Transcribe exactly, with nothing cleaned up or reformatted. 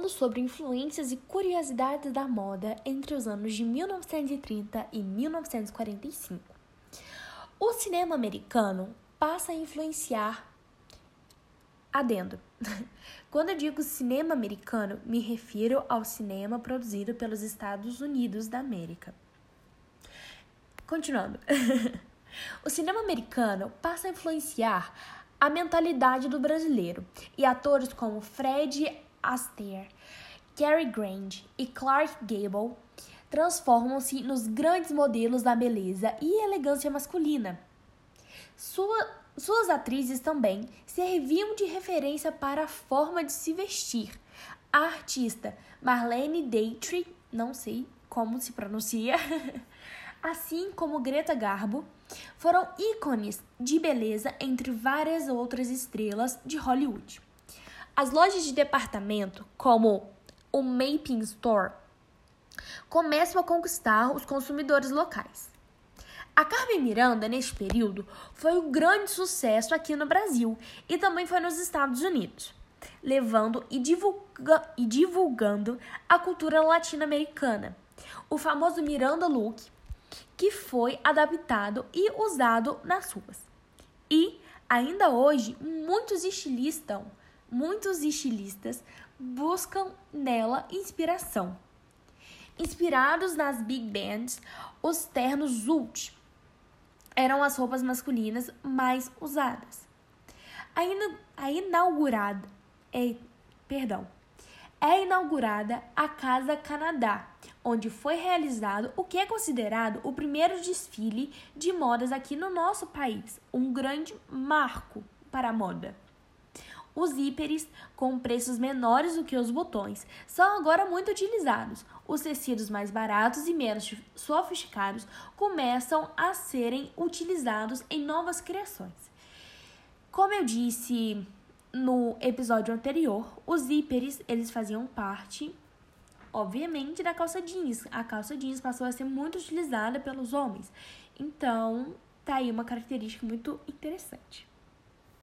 falando sobre influências e curiosidades da moda entre os anos de mil novecentos e trinta e mil novecentos e quarenta e cinco. O cinema americano passa a influenciar. Adendo. Quando eu digo cinema americano, me refiro ao cinema produzido pelos Estados Unidos da América. Continuando. O cinema americano passa a influenciar a mentalidade do brasileiro, e atores como Fred Astaire, Cary Grant e Clark Gable transformam-se nos grandes modelos da beleza e elegância masculina. Sua, suas atrizes também serviam de referência para a forma de se vestir. A artista Marlene Dietrich, não sei como se pronuncia, assim como Greta Garbo, foram ícones de beleza entre várias outras estrelas de Hollywood. As lojas de departamento, como o Mapping Store, começam a conquistar os consumidores locais. A Carmen Miranda, neste período, foi um grande sucesso aqui no Brasil e também foi nos Estados Unidos, levando e, divulga- e divulgando a cultura latino-americana. O famoso Miranda Look, que foi adaptado e usado nas ruas. E, ainda hoje, muitos estilistas, muitos estilistas buscam nela inspiração. Inspirados nas big bands, os ternos Zult eram as roupas masculinas mais usadas. A, ina- a inaugurada, é, perdão, é inaugurada a Casa Canadá, onde foi realizado o que é considerado o primeiro desfile de modas aqui no nosso país, um grande marco para a moda. Os zíperes, com preços menores do que os botões, são agora muito utilizados. Os tecidos mais baratos e menos sofisticados começam a serem utilizados em novas criações. Como eu disse no episódio anterior, os zíperes, eles faziam parte, obviamente, da calça jeans. A calça jeans passou a ser muito utilizada pelos homens. Então, tá aí uma característica muito interessante.